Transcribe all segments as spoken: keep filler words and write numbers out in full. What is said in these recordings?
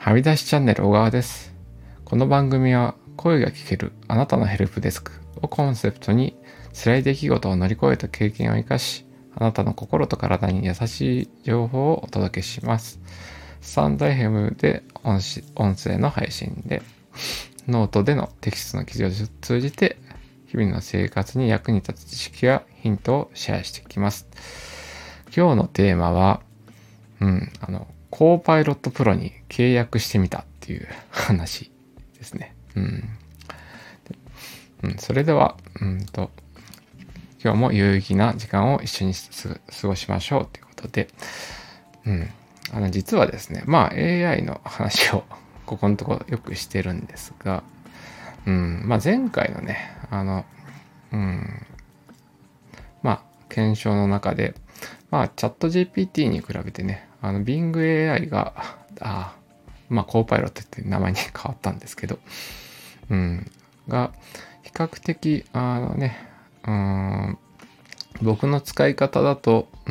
はみ出しチャンネル小川です。この番組は声が聞けるあなたのヘルプデスクをコンセプトに辛い出来事を乗り越えた経験を生かし、あなたの心と体に優しい情報をお届けします。スタンド エフエム で 音, 音声の配信で、ノートでのテキストの記事を通じて日々の生活に役に立つ知識やヒントをシェアしていきます。今日のテーマは、うん、あのコーパイロットプロに契約してみたっていう話ですね。うん。うん、それでは、うんと、今日も有意義な時間を一緒に過ごしましょうということで、うん。あの、実はですね、まあ エーアイ の話をここのところよくしてるんですが、うん、まあ前回のね、あの、うん、まあ検証の中で、まあチャット ジーピーティー に比べてね、あの Bing エーアイ が、あまあコーパイロットって名前に変わったんですけど、うん、が比較的あのね、うん、僕の使い方だと、うん、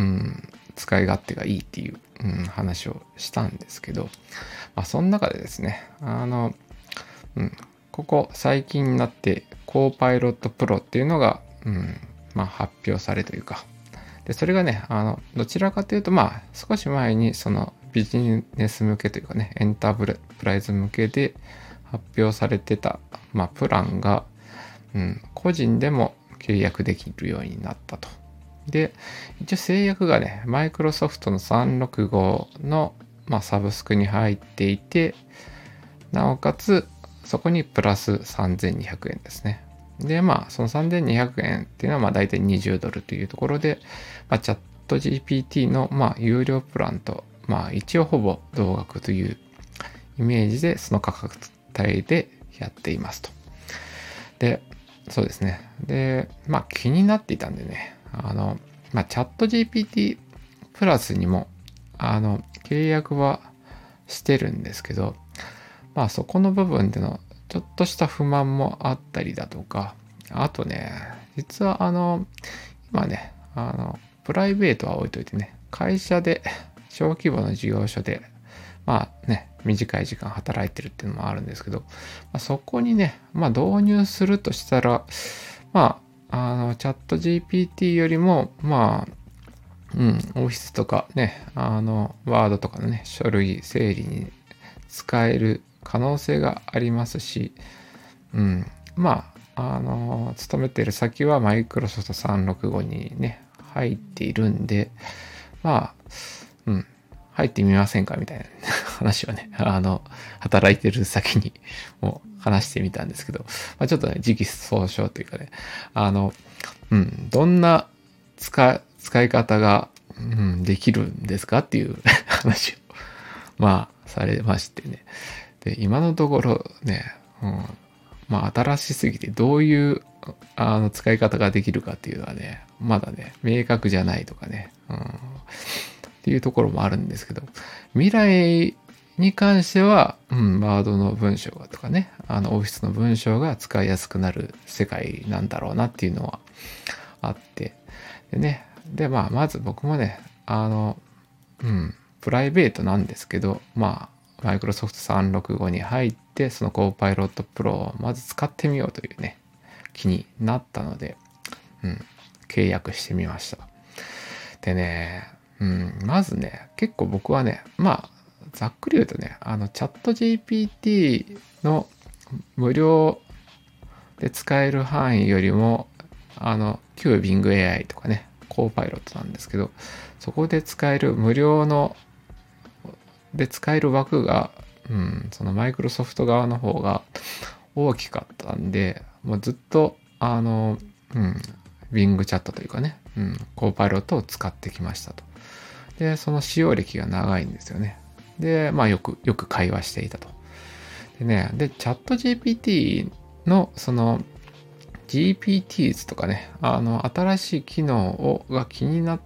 使い勝手がいいっていう、うん、話をしたんですけど、まあその中でですね、あの、うん、ここ最近になってコーパイロットプロっていうのが、うん、まあ発表されというか、でそれがね、あのどちらかというと、まあ少し前にそのビジネス向けというかね、エンタープライズ向けで発表されてた、まあ、プランが、うん、個人でも契約できるようになったと。で、一応制約がね、マイクロソフトのさんろくごの、まあ、サブスクに入っていて、なおかつそこにプラスさんぜんにひゃくえんですね。で、まあ、そのさんぜんにひゃくえんっていうのは、まあ、大体にじゅうドルというところで、まあ、チャット ジーピーティー の、まあ、有料プランと、まあ、一応ほぼ同額というイメージで、その価格帯でやっていますと。で、そうですね。で、まあ、気になっていたんでね、あの、まあ、チャット ジーピーティー プラスにも、あの、契約はしてるんですけど、まあ、そこの部分での、ちょっとした不満もあったりだとか、あとね、実はあの、今ね、あの、プライベートは置いといてね、会社で、小規模の事業所で、まあね、短い時間働いてるっていうのもあるんですけど、まあ、そこにね、まあ導入するとしたら、まあ、あの、チャット ジーピーティー よりも、まあ、うん、オフィスとかね、あの、ワードとかのね、書類整理に使える可能性がありますし、うん、まあ、あの、勤めている先はマイクロソフトさんろくごにね、入っているんで、まあ、うん、入ってみませんかみたいな話をね、あの、働いてる先にもう話してみたんですけど、まあ、ちょっとね、時期尚早というかね、あの、うん、どんな使、使い方が、うん、できるんですかっていう話を、まあ、されましてね。で、今のところね、うん、まあ、新しすぎてどういうあの使い方ができるかっていうのはね、まだね、明確じゃないとかね、うん、っていうところもあるんですけど、未来に関しては、うん、ワードの文章がとかね、あの、オフィスの文章が使いやすくなる世界なんだろうなっていうのはあって、でね、で、まあ、まず僕もね、あの、うん、プライベートなんですけど、まあ、マイクロソフトさんろくごに入って、そのコーパイロットプロをまず使ってみようというね、気になったので、うん、契約してみました。でね、うん、まずね、結構僕はね、まあ、ざっくり言うとね、あの、チャット ジーピーティー の無料で使える範囲よりも、あの、旧 Bing エーアイ とかね、コーパイロットなんですけど、そこで使える無料の、で使える枠が、うん、そのマイクロソフト側の方が大きかったんで、もうずっと、あの、うん、Bing チャットというかね、うん、コーパイロットを使ってきましたと。で、その使用歴が長いんですよね。で、まあよく、よく会話していたと。でね、で、チャット ジーピーティー のその ジーピーティーズ とかね、あの、新しい機能をが気になって、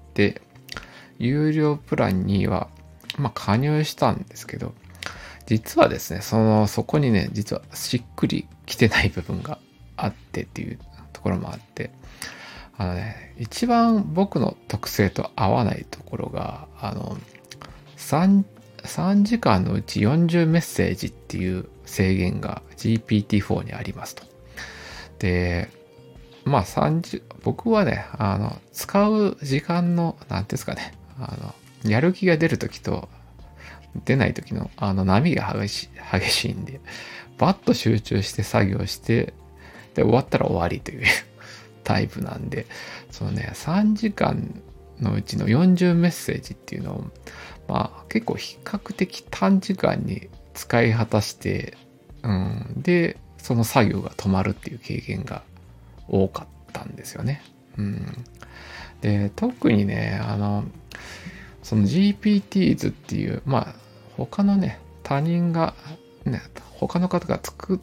有料プランには、まあ加入したんですけど、実はですね、その、そこにね、実はしっくりきてない部分があってっていうところもあって、あのね、一番僕の特性と合わないところが、あの、さん、 さんじかんのうちよんじゅうメッセージっていう制限が ジーピーティーフォー にありますと。で、まあさんじゅう、僕はね、あの、使う時間の、なんていうんですかね、あの、やる気が出るときと出ないときのあの波が激しい、激しいんで、バッと集中して作業して、で、終わったら終わりというタイプなんで、そのね、さんじかんのうちのよんじゅうメッセージっていうのを、まあ結構比較的短時間に使い果たして、うん、で、その作業が止まるっていう経験が多かったんですよね。うん、で、特にね、あの、その ジーピーティーズ っていう、まあ他のね、他人が、ね、他の方が作った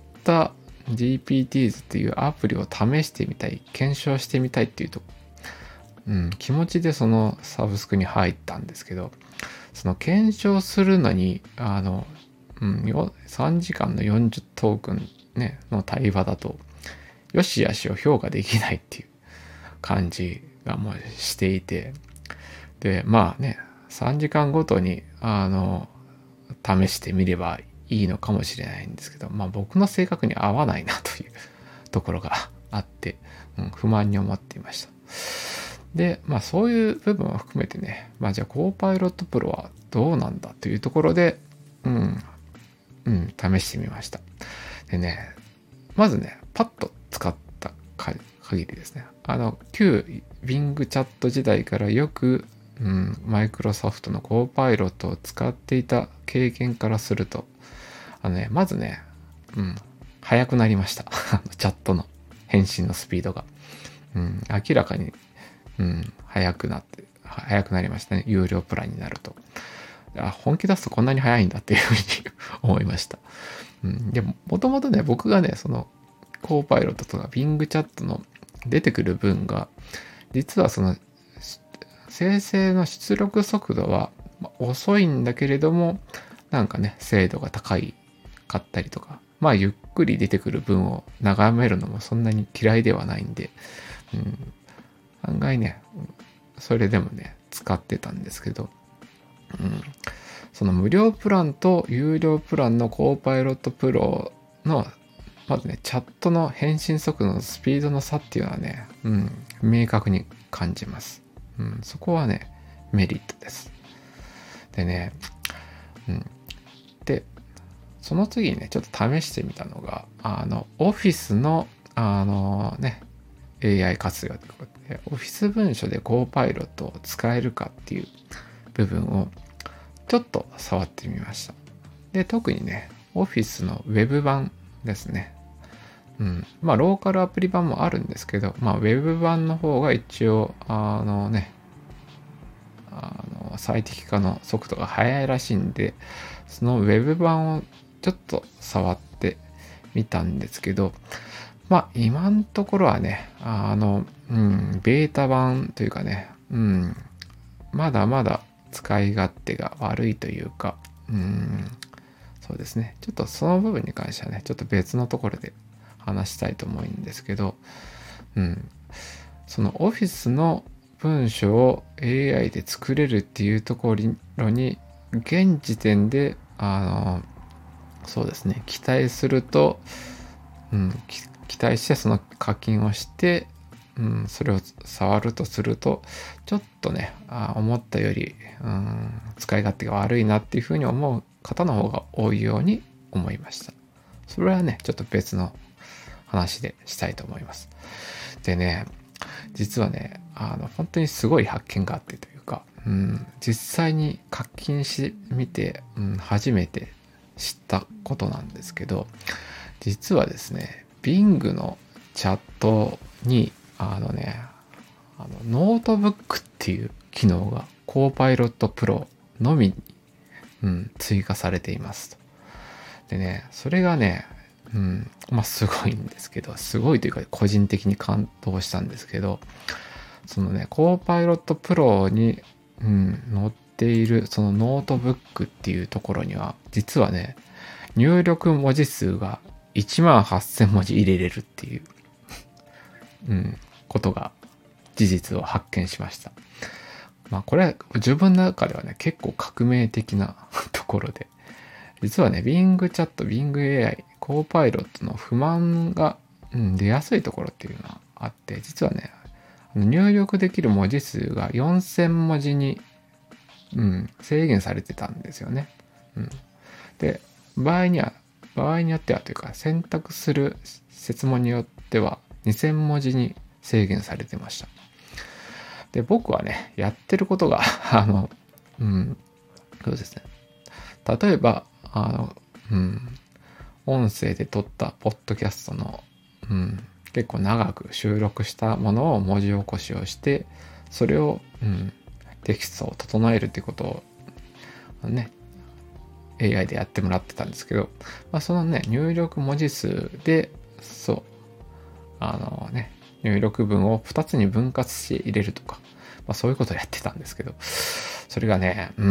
ジーピーティーズ っていうアプリを試してみたい、検証してみたいっていうと、うん、気持ちでそのサブスクに入ったんですけど、その検証するのに、あの、うん、さんじかんのよんじゅうトークン、ね、の対話だと、よしあしを評価できないっていう感じがもうしていて、で、まあね、さんじかんごとに、あの、試してみればいいのかもしれないんですけど、まあ僕の性格に合わないなというところがあって、うん、不満に思っていました。で、まあそういう部分を含めてね、まあじゃあコーパイロットプロはどうなんだというところで、うん、うん、試してみました。でね、まずね、パッと使った限りですね、あの、旧 Bing チャット時代からよく、うん、マイクロソフトのコーパイロットを使っていた経験からすると、あのね、まずね、うん、早くなりました。チャットの返信のスピードが。うん、明らかに、うん、早くなって、早くなりましたね。有料プランになると。あ、本気出すとこんなに早いんだっていうふうに思いました。うん、でも、もともとね、僕がね、その、コーパイロットとか Bing チャットの出てくる分が、実はその、生成の出力速度は遅いんだけれども、なんかね、精度が高いかったりとか、まあゆっくり出てくる分を眺めるのもそんなに嫌いではないんで、うん、案外ね、それでもね、使ってたんですけど、うん、その無料プランと有料プランのコーパイロットプロの、まずね、チャットの返信速度のスピードの差っていうのはね、うん、明確に感じます。うん、そこはね、メリットです。でね、うん、で、その次にね、ちょっと試してみたのが、あの、オフィスの、あのね、エーアイ 活用ということで、オフィス文書でコーパイロットを使えるかっていう部分をちょっと触ってみました。で、特にね、オフィスのウェブ版ですね。うん。まあ、ローカルアプリ版もあるんですけど、まあ、ウェブ版の方が一応、あのね、あの、最適化の速度が速いらしいんで、そのウェブ版をちょっと触ってみたんですけど、まあ、今のところはね、あの、うん、ベータ版というかね、うん、まだまだ使い勝手が悪いというか、うん、そうですね。ちょっとその部分に関してはね、ちょっと別のところで話したいと思うんですけど、うん、そのオフィスの文章を エーアイ で作れるっていうところに、現時点で、あの、そうですね、期待すると、うん、期待してその課金をして、うん、それを触るとすると、ちょっとね、あ思ったより、うん、使い勝手が悪いなっていうふうに思う方の方が多いように思いました。それはね、ちょっと別の話でしたいと思います。でね、実はね、あの、本当にすごい発見があってというか、うん、実際に課金してみて、うん、初めて知ったことなんですけど、実はですね、Bing のチャットに、あのね、あのノートブックっていう機能が Copilot Pro のみに、うん、追加されていますと。でね、それがね、うん、まあすごいんですけど、すごいというか個人的に感動したんですけど、そのね、Copilot Pro に、うん、載っているそのノートブックっていうところには、実はね、入力文字数がいちまんはっせんもじ入れれるっていう、うん、ことが事実を発見しました。まあこれは自分の中ではね、結構革命的なところで、実はね、Bing チャット、Bing エーアイ、コーパイロットの不満が、うん、出やすいところっていうのがあって、実はね、入力できる文字数がよんせんもじに、うん、制限されてたんですよね。うん、で、場合には、場合によってはというか、選択する設問によってはにせんもじに制限されてました。で、僕はね、やってることが、あの、うん、そうですね。例えば、あの、うん、音声で撮ったポッドキャストの、うん、結構長く収録したものを文字起こしをして、それを、うん、テキストを整えるっていうことを、ね、エーアイ でやってもらってたんですけど、まあ、そのね、入力文字数で、そう、あのね、入力文をふたつに分割して入れるとか、まあ、そういうことをやってたんですけど、それがね、うん、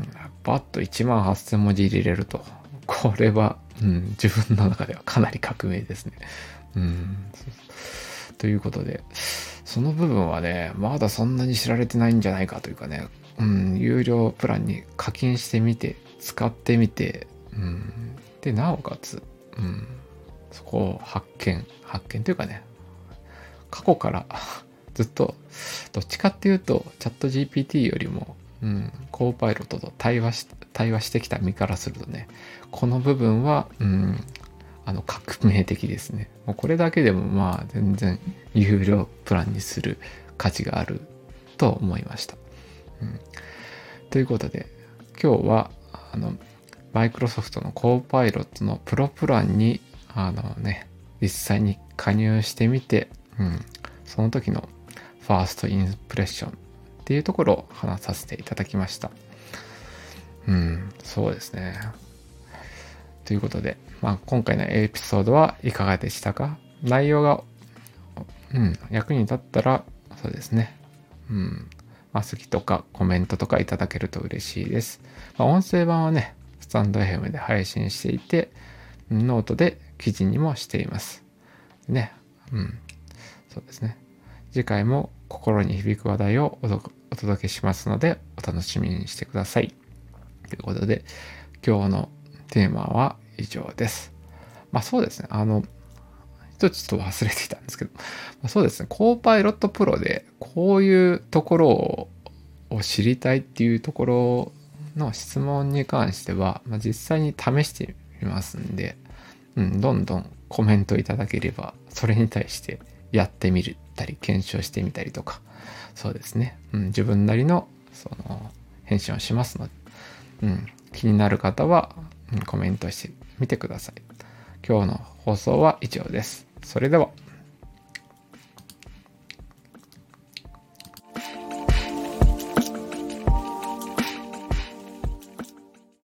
バッといちまんはっせんもじ入れれると、これは、うん、自分の中ではかなり革命ですね。うん、ということで、その部分はね、まだそんなに知られてないんじゃないかというかね、うん、有料プランに課金してみて、使ってみて、うん、で、なおかつ、うん、そこを発見、発見というかね、過去からずっと、どっちかっていうと、チャット ジーピーティー よりも、うん、コーパイロットと対話し、対話してきた身からするとね、この部分は、うん、あの、革命的ですね。もうこれだけでも、まあ、全然、有料プランにする価値があると思いました。うん、ということで、今日は、あの、マイクロソフトのコーパイロットのプロプランに、あのね、実際に加入してみて、うん、その時のファーストインプレッションっていうところを話させていただきました。うん、そうですね。ということで、まあ、今回のエピソードはいかがでしたか？内容が、うん、役に立ったら、そうですね。うん、まあ、好きとかコメントとかいただけると嬉しいです。まあ、音声版はね、スタンド エフエム で配信していて、ノートで記事にもしています。ね、うん、そうですね。次回も心に響く話題をお届けしますので、お楽しみにしてください。ということで、今日のテーマは以上です。まあそうですね。あの、一つちょっと忘れていたんですけど、まあ、そうですね。コーパイロットプロでこういうところを知りたいっていうところの質問に関しては、まあ、実際に試してみますんで、うん、どんどんコメントいただければ、それに対してやってみたり、検証してみたりとか、そうですね。うん、自分なりのその返信をしますので、うん、気になる方は、うん、コメントしてみてください。今日の放送は以上です。それでは。